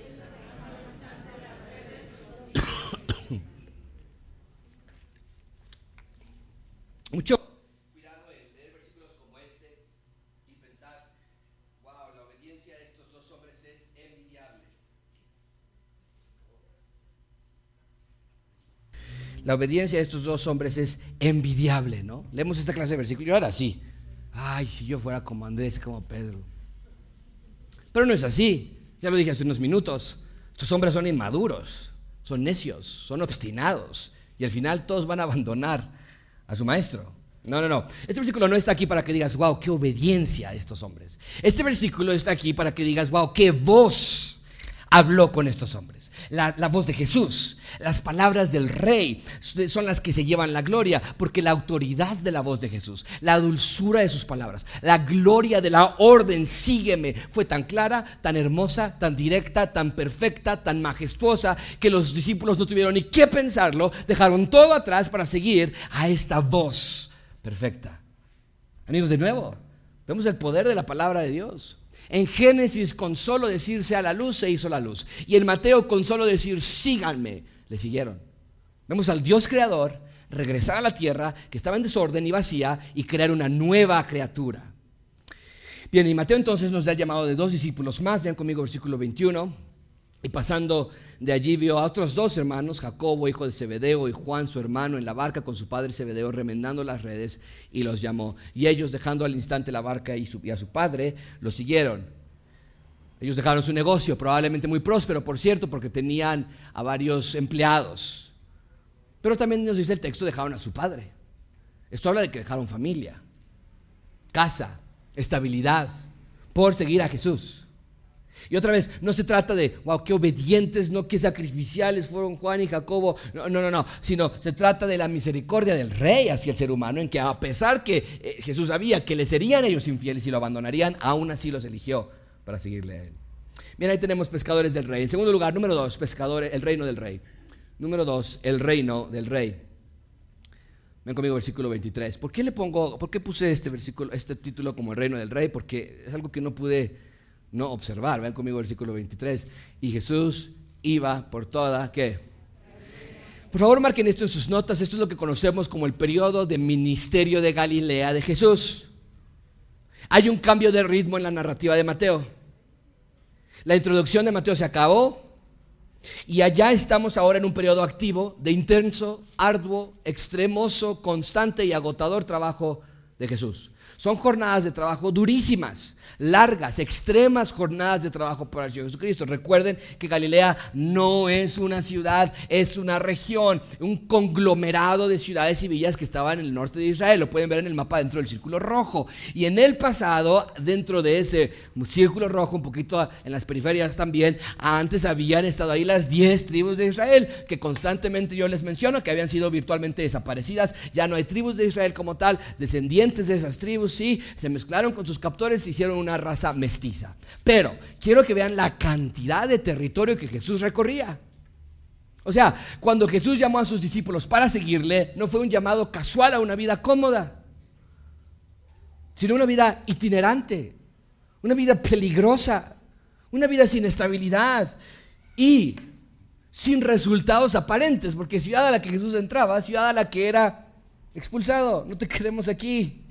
mucho cuidado en leer versículos como este y pensar: wow, la obediencia de estos dos hombres es envidiable. La obediencia de estos dos hombres es envidiable, ¿no? Leemos esta clase de versículos. Yo ahora sí. Ay, si yo fuera como Andrés, como Pedro. Pero no es así. Ya lo dije hace unos minutos. Estos hombres son inmaduros, son necios, son obstinados. Y al final todos van a abandonar a su maestro. No, no, no. Este versículo no está aquí para que digas: wow, qué obediencia de estos hombres. Este versículo está aquí para que digas: wow, qué voz habló con estos hombres. La, la voz de Jesús, las palabras del Rey son las que se llevan la gloria, porque la autoridad de la voz de Jesús, la dulzura de sus palabras, la gloria de la orden sígueme fue tan clara, tan hermosa, tan directa, tan perfecta, tan majestuosa, que los discípulos no tuvieron ni qué pensarlo, dejaron todo atrás para seguir a esta voz perfecta. Amigos, de nuevo vemos el poder de la palabra de Dios. En Génesis, con solo decir sea la luz, se hizo la luz. Y en Mateo, con solo decir síganme, le siguieron. Vemos al Dios creador regresar a la tierra que estaba en desorden y vacía y crear una nueva criatura. Bien, y Mateo entonces nos da el llamado de dos discípulos más. Vean conmigo versículo veintiuno. Y pasando de allí vio a otros dos hermanos, Jacobo, hijo de Zebedeo, y Juan, su hermano, en la barca con su padre Zebedeo, remendando las redes, y los llamó. Y ellos, dejando al instante la barca y, su, y a su padre, los siguieron. Ellos dejaron su negocio, probablemente muy próspero, por cierto, porque tenían a varios empleados. Pero también nos dice el texto, dejaron a su padre. Esto habla de que dejaron familia, casa, estabilidad, por seguir a Jesús. Y otra vez, no se trata de, wow, qué obedientes, no, qué sacrificiales fueron Juan y Jacobo. No, no, no, no, sino se trata de la misericordia del rey hacia el ser humano, en que a pesar que eh, Jesús sabía que le serían ellos infieles y lo abandonarían, aún así los eligió para seguirle a él. Bien, ahí tenemos pescadores del rey. En segundo lugar, número dos, pescadores, el reino del rey. Número dos, el reino del rey. Ven conmigo, versículo veintitrés. ¿Por qué le pongo, por qué puse este versículo, este título como el reino del rey? Porque es algo que no pude no observar. Ven conmigo, versículo veintitrés. Y Jesús iba por toda, ¿qué? Por favor, marquen esto en sus notas. Esto es lo que conocemos como el periodo de ministerio de Galilea de Jesús. Hay un cambio de ritmo en la narrativa de Mateo. La introducción de Mateo se acabó y allá estamos ahora en un periodo activo de intenso, arduo, extremoso, constante y agotador trabajo de Jesús. Son jornadas de trabajo durísimas, largas, extremas jornadas de trabajo para el Señor Jesucristo. Recuerden que Galilea no es una ciudad, es una región, un conglomerado de ciudades y villas que estaban en el norte de Israel. Lo pueden ver en el mapa dentro del círculo rojo. Y en el pasado, dentro de ese círculo rojo, un poquito en las periferias también, antes habían estado ahí las diez tribus de Israel, que constantemente yo les menciono, que habían sido virtualmente desaparecidas. Ya no hay tribus de Israel como tal, descendientes de esas tribus sí, se mezclaron con sus captores y hicieron una raza mestiza. Pero quiero que vean la cantidad de territorio que Jesús recorría. O sea, cuando Jesús llamó a sus discípulos para seguirle, no fue un llamado casual a una vida cómoda, sino una vida itinerante, una vida peligrosa, una vida sin estabilidad y sin resultados aparentes, porque ciudad a la que Jesús entraba, ciudad a la que era expulsado. No te queremos aquí.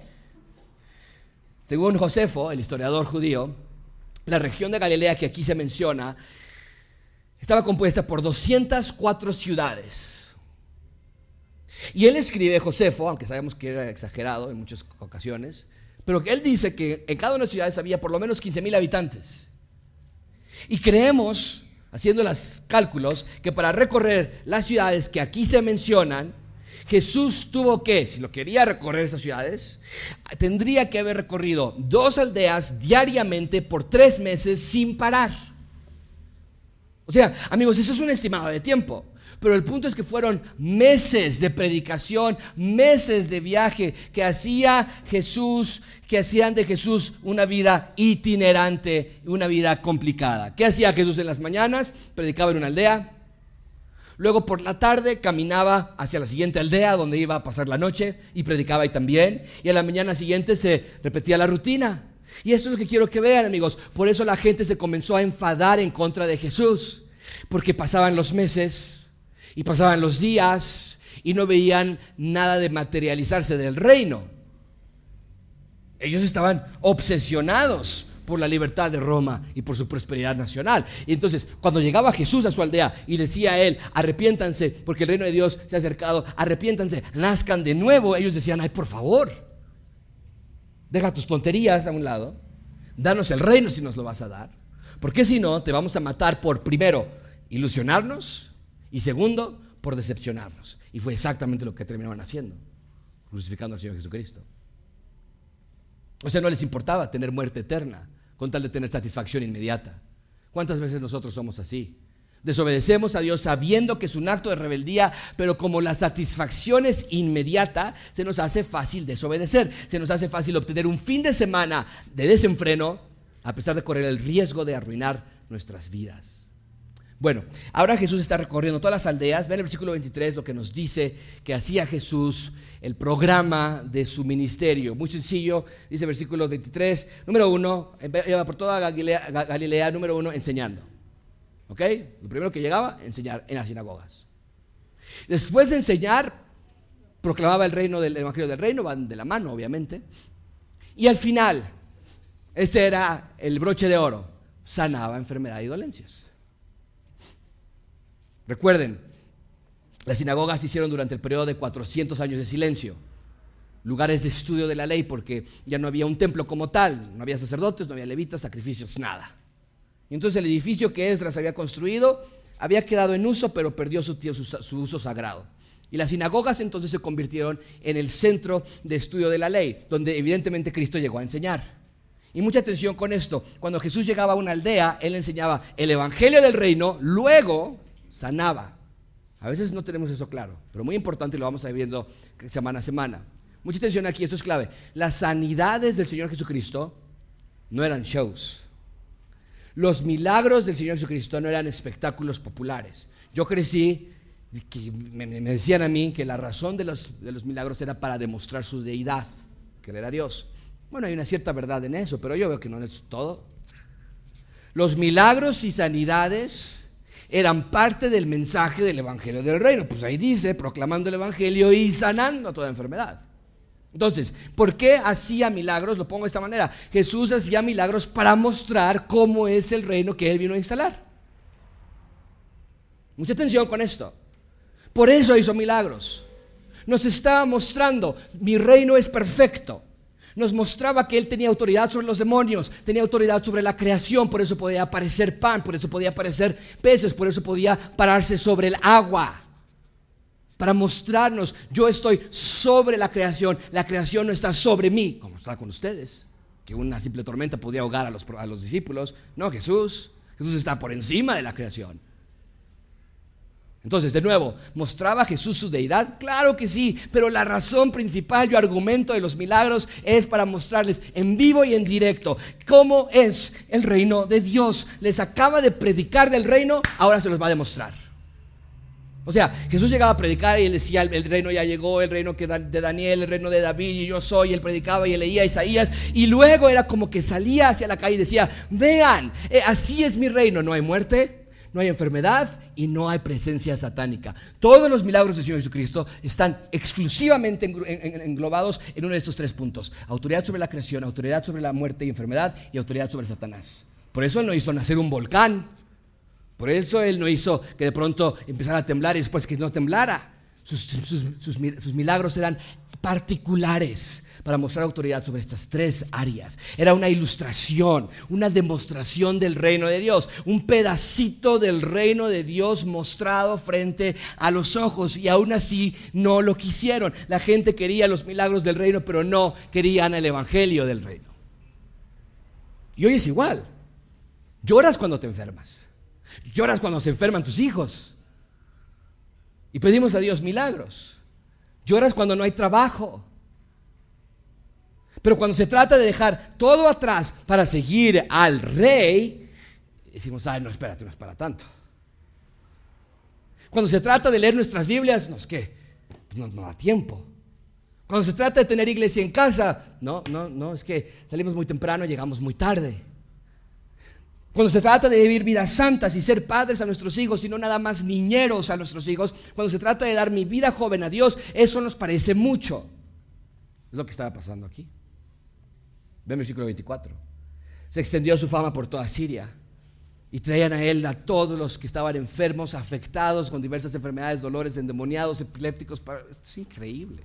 Según Josefo, el historiador judío, la región de Galilea que aquí se menciona estaba compuesta por doscientas cuatro ciudades. Y él escribe, Josefo, aunque sabemos que era exagerado en muchas ocasiones, pero él dice que en cada una de las ciudades había por lo menos quince mil habitantes. Y creemos, haciendo los cálculos, que para recorrer las ciudades que aquí se mencionan, Jesús tuvo que, si lo quería recorrer esas ciudades, tendría que haber recorrido dos aldeas diariamente por tres meses sin parar. O sea, amigos, eso es un estimado de tiempo. Pero el punto es que fueron meses de predicación, meses de viaje que hacía Jesús, que hacían de Jesús una vida itinerante, una vida complicada. ¿Qué hacía Jesús en las mañanas? Predicaba en una aldea. Luego por la tarde caminaba hacia la siguiente aldea donde iba a pasar la noche y predicaba ahí también. Y a la mañana siguiente se repetía la rutina. Y esto es lo que quiero que vean, amigos. Por eso la gente se comenzó a enfadar en contra de Jesús. Porque pasaban los meses y pasaban los días y no veían nada de materializarse del reino. Ellos estaban obsesionados por la libertad de Roma y por su prosperidad nacional. Y entonces, cuando llegaba Jesús a su aldea y decía a él, arrepiéntanse porque el reino de Dios se ha acercado, arrepiéntanse, nazcan de nuevo, ellos decían, ay, por favor, deja tus tonterías a un lado, danos el reino si nos lo vas a dar, porque si no, te vamos a matar por, primero, ilusionarnos y segundo, por decepcionarnos. Y fue exactamente lo que terminaron haciendo, crucificando al Señor Jesucristo. O sea, no les importaba tener muerte eterna con tal de tener satisfacción inmediata. ¿Cuántas veces nosotros somos así? Desobedecemos a Dios sabiendo que es un acto de rebeldía, pero como la satisfacción es inmediata, se nos hace fácil desobedecer. Se nos hace fácil obtener un fin de semana de desenfreno, a pesar de correr el riesgo de arruinar nuestras vidas. Bueno, ahora Jesús está recorriendo todas las aldeas. Ven el versículo veintitrés lo que nos dice que hacía Jesús, el programa de su ministerio. Muy sencillo, dice el versículo veintitrés. Número uno, iba por toda Galilea, Galilea, número uno, enseñando. ¿Ok? Lo primero que llegaba, enseñar en las sinagogas. Después de enseñar, proclamaba el reino del el evangelio del reino, van de la mano, obviamente. Y al final, este era el broche de oro, sanaba enfermedad y dolencias. Recuerden, las sinagogas se hicieron durante el periodo de cuatrocientos años de silencio, lugares de estudio de la ley, porque ya no había un templo como tal, no había sacerdotes, no había levitas, sacrificios, nada. Y entonces el edificio que Esdras había construido había quedado en uso, pero perdió su, su, su uso sagrado. Y las sinagogas entonces se convirtieron en el centro de estudio de la ley, donde evidentemente Cristo llegó a enseñar. Y mucha atención con esto: cuando Jesús llegaba a una aldea, Él enseñaba el evangelio del reino, luego sanaba. A veces no tenemos eso claro, pero muy importante, y lo vamos a ir viendo semana a semana. Mucha atención aquí, esto es clave. Las sanidades del Señor Jesucristo no eran shows. Los milagros del Señor Jesucristo no eran espectáculos populares. Yo crecí, que me, me decían a mí que la razón de los, de los milagros era para demostrar su deidad, que Él era Dios. Bueno, hay una cierta verdad en eso, pero yo veo que no es todo. Los milagros y sanidades eran parte del mensaje del evangelio del reino. Pues ahí dice, proclamando el evangelio y sanando toda enfermedad. Entonces, ¿por qué hacía milagros? Lo pongo de esta manera: Jesús hacía milagros para mostrar cómo es el reino que Él vino a instalar. Mucha atención con esto. Por eso hizo milagros. Nos estaba mostrando: mi reino es perfecto. Nos mostraba que Él tenía autoridad sobre los demonios, tenía autoridad sobre la creación, por eso podía aparecer pan, por eso podía aparecer peces, por eso podía pararse sobre el agua. Para mostrarnos: yo estoy sobre la creación, la creación no está sobre mí, como está con ustedes, que una simple tormenta podía ahogar a los, a los discípulos. No, Jesús, Jesús está por encima de la creación. Entonces, de nuevo, ¿mostraba Jesús su deidad? Claro que sí, pero la razón principal, yo argumento, de los milagros es para mostrarles en vivo y en directo cómo es el reino de Dios. Les acaba de predicar del reino, ahora se los va a demostrar. O sea, Jesús llegaba a predicar y Él decía: el, el reino ya llegó, el reino que da, de Daniel, el reino de David, y yo soy. Él predicaba y él leía Isaías, y luego era como que salía hacia la calle y decía: vean, eh, así es mi reino. No hay muerte, no hay enfermedad y no hay presencia satánica. Todos los milagros del Señor Jesucristo están exclusivamente englobados en uno de estos tres puntos: autoridad sobre la creación, autoridad sobre la muerte y enfermedad, y autoridad sobre Satanás. Por eso Él no hizo nacer un volcán. Por eso Él no hizo que de pronto empezara a temblar y después que no temblara. Sus, sus, sus, sus milagros eran particulares para mostrar autoridad sobre estas tres áreas. Era una ilustración, una demostración del reino de Dios, un pedacito del reino de Dios mostrado frente a los ojos, y aún así no lo quisieron. La gente quería los milagros del reino, pero no querían el evangelio del reino. Y hoy es igual. Lloras cuando te enfermas. Lloras cuando se enferman tus hijos y pedimos a Dios milagros. Lloras cuando no hay trabajo. Pero cuando se trata de dejar todo atrás para seguir al rey, decimos: ay, no, espérate, no es para tanto. Cuando se trata de leer nuestras Biblias, no es que no, no da tiempo. Cuando se trata de tener iglesia en casa, no, no, no, es que salimos muy temprano y llegamos muy tarde. Cuando se trata de vivir vidas santas y ser padres a nuestros hijos y no nada más niñeros a nuestros hijos, cuando se trata de dar mi vida joven a Dios, eso nos parece mucho. Es lo que estaba pasando aquí. Ven el versículo veinticuatro. Se extendió su fama por toda Siria y traían a Él a todos los que estaban enfermos, afectados con diversas enfermedades, dolores, endemoniados, epilépticos. Es increíble.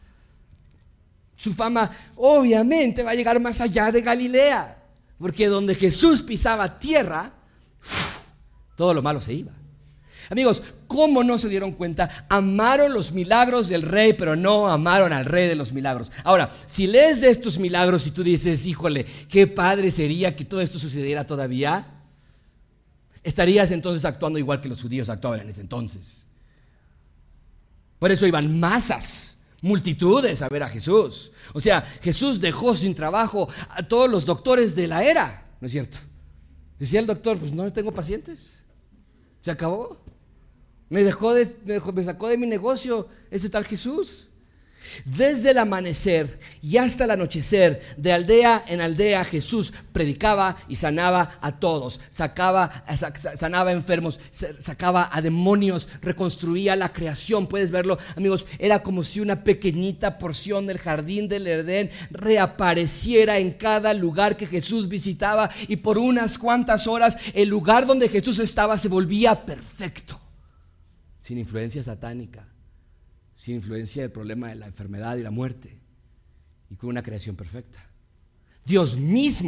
Su fama obviamente va a llegar más allá de Galilea. Porque donde Jesús pisaba tierra, uf, todo lo malo se iba. Amigos, ¿cómo no se dieron cuenta? Amaron los milagros del rey, pero no amaron al rey de los milagros. Ahora, si lees de estos milagros y tú dices: híjole, qué padre sería que todo esto sucediera todavía, estarías entonces actuando igual que los judíos actuaban en ese entonces. Por eso iban masas, multitudes a ver a Jesús. O sea, Jesús dejó sin trabajo a todos los doctores de la era, ¿no es cierto? Decía el doctor: pues no tengo pacientes, se acabó. Me dejó de, me, dejó, me sacó de mi negocio ese tal Jesús. Desde el amanecer y hasta el anochecer, de aldea en aldea, Jesús predicaba y sanaba a todos. Sacaba, sanaba enfermos, sacaba a demonios, reconstruía la creación. Puedes verlo, amigos. Era como si una pequeñita porción del jardín del Edén reapareciera en cada lugar que Jesús visitaba, y por unas cuantas horas el lugar donde Jesús estaba se volvía perfecto, sin influencia satánica, sin influencia del problema de la enfermedad y la muerte, y con una creación perfecta. Dios mismo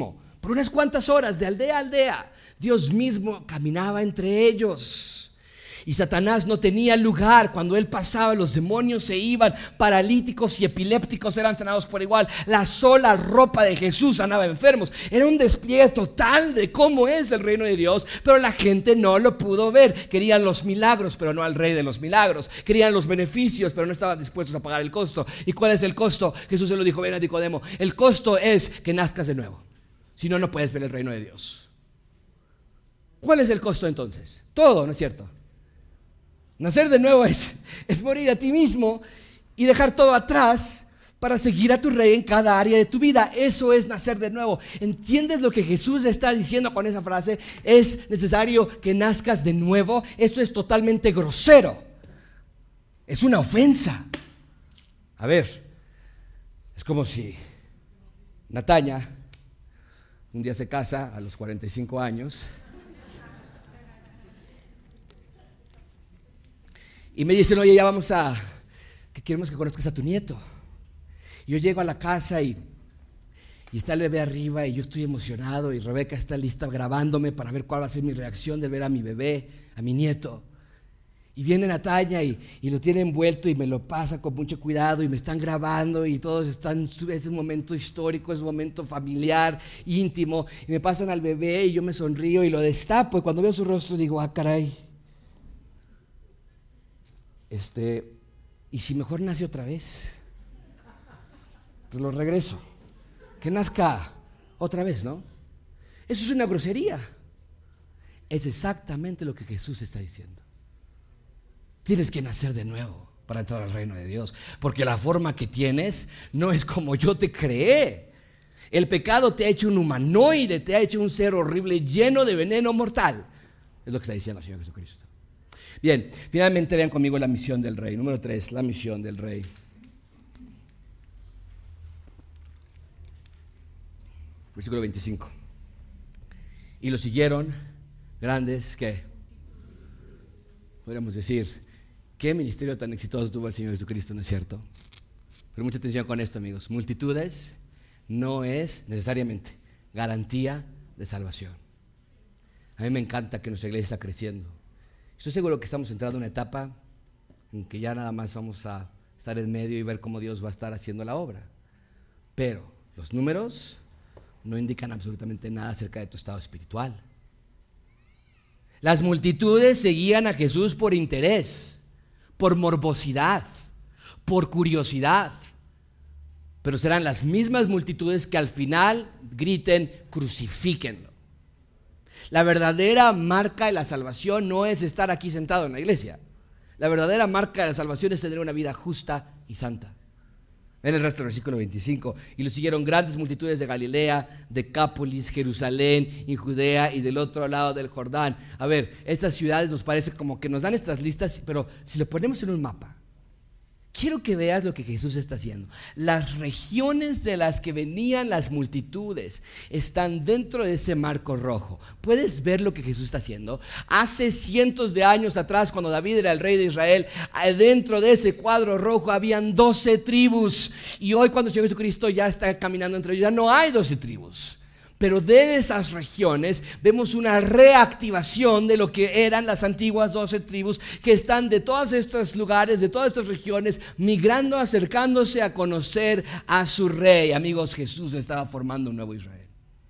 Por unas cuantas horas, de aldea a aldea, Dios mismo caminaba entre ellos. Y Satanás no tenía lugar. Cuando él pasaba, los demonios se iban, paralíticos y epilépticos eran sanados por igual. La sola ropa de Jesús sanaba enfermos. Era un despliegue total de cómo es el reino de Dios, pero la gente no lo pudo ver. Querían los milagros, pero no al rey de los milagros. Querían los beneficios, pero no estaban dispuestos a pagar el costo. ¿Y cuál es el costo? Jesús se lo dijo bien a Nicodemo: el costo es que nazcas de nuevo. Si no, no puedes ver el reino de Dios. ¿Cuál es el costo entonces? Todo, ¿no es cierto? Nacer de nuevo es, es morir a ti mismo y dejar todo atrás para seguir a tu rey en cada área de tu vida. Eso es nacer de nuevo. ¿Entiendes lo que Jesús está diciendo con esa frase? Es necesario que nazcas de nuevo. Eso es totalmente grosero. Es una ofensa. A ver, es como si Natalia un día se casa a los cuarenta y cinco años y me dicen: oye, ya vamos a, que queremos que conozcas a tu nieto. Y yo llego a la casa y, y está el bebé arriba y yo estoy emocionado y Rebeca está lista grabándome para ver cuál va a ser mi reacción de ver a mi bebé, a mi nieto. Y viene Natalia y, y lo tiene envuelto y me lo pasa con mucho cuidado y me están grabando y todos están, es un momento histórico, es un momento familiar, íntimo, y me pasan al bebé y yo me sonrío y lo destapo y cuando veo su rostro digo: ah, caray. Este, ¿y si mejor nace otra vez? Te lo regreso. Que nazca otra vez, ¿no? Eso es una grosería. Es exactamente lo que Jesús está diciendo. Tienes que nacer de nuevo para entrar al reino de Dios, porque la forma que tienes no es como yo te creé. El pecado te ha hecho un humanoide, te ha hecho un ser horrible lleno de veneno mortal. Es lo que está diciendo el Señor Jesucristo. Bien, finalmente vean conmigo la misión del rey. Número tres, la misión del rey. Versículo veinticinco. Y lo siguieron grandes, ¿qué? Podríamos decir, ¿qué ministerio tan exitoso tuvo el Señor Jesucristo, no es cierto? Pero mucha atención con esto, amigos. Multitudes no es necesariamente garantía de salvación. A mí me encanta que nuestra iglesia está creciendo. Estoy seguro que estamos entrando en una etapa en que ya nada más vamos a estar en medio y ver cómo Dios va a estar haciendo la obra. Pero los números no indican absolutamente nada acerca de tu estado espiritual. Las multitudes seguían a Jesús por interés, por morbosidad, por curiosidad. Pero serán las mismas multitudes que al final griten: crucifíquenlo. La verdadera marca de la salvación no es estar aquí sentado en la iglesia. La verdadera marca de la salvación es tener una vida justa y santa. Ven el resto del versículo veinticinco. Y lo siguieron grandes multitudes de Galilea, Decápolis, Jerusalén y Judea y del otro lado del Jordán. A ver, estas ciudades nos parece como que nos dan estas listas, pero si lo ponemos en un mapa, quiero que veas lo que Jesús está haciendo. Las regiones de las que venían las multitudes están dentro de ese marco rojo. ¿Puedes ver lo que Jesús está haciendo? Hace cientos de años atrás, cuando David era el rey de Israel, dentro de ese cuadro rojo habían doce tribus. Y hoy, cuando el Señor Jesucristo ya está caminando entre ellos, ya no hay doce tribus. Pero de esas regiones vemos una reactivación de lo que eran las antiguas doce tribus, que están de todos estos lugares, de todas estas regiones, migrando, acercándose a conocer a su rey. Amigos, Jesús estaba formando un nuevo Israel.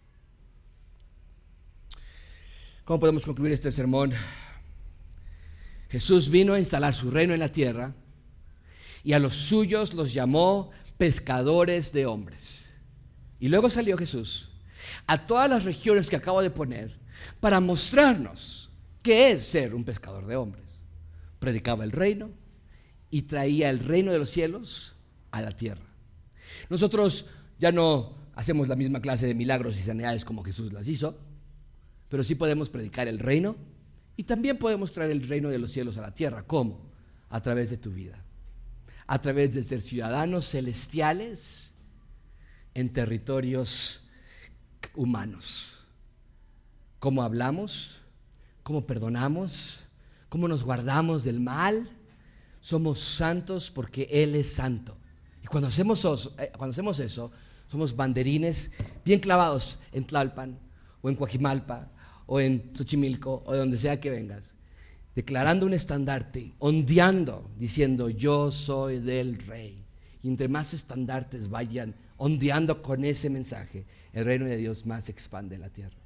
¿Cómo podemos concluir este sermón? Jesús vino a instalar su reino en la tierra y a los suyos los llamó pescadores de hombres. Y luego salió Jesús a todas las regiones que acabo de poner para mostrarnos qué es ser un pescador de hombres. Predicaba el reino y traía el reino de los cielos a la tierra. Nosotros ya no hacemos la misma clase de milagros y sanidades como Jesús las hizo, pero sí podemos predicar el reino y también podemos traer el reino de los cielos a la tierra. ¿Cómo? A través de tu vida, a través de ser ciudadanos celestiales en territorios humanos. Cómo hablamos, cómo perdonamos, cómo nos guardamos del mal. Somos santos porque Él es santo. Y cuando hacemos eso, cuando hacemos eso, Somos banderines bien clavados en Tlalpan o en Coajimalpa o en Xochimilco o de donde sea que vengas, declarando un estandarte, ondeando, diciendo yo soy del Rey. Y entre más estandartes vayan ondeando con ese mensaje, el reino de Dios más se expande en la tierra.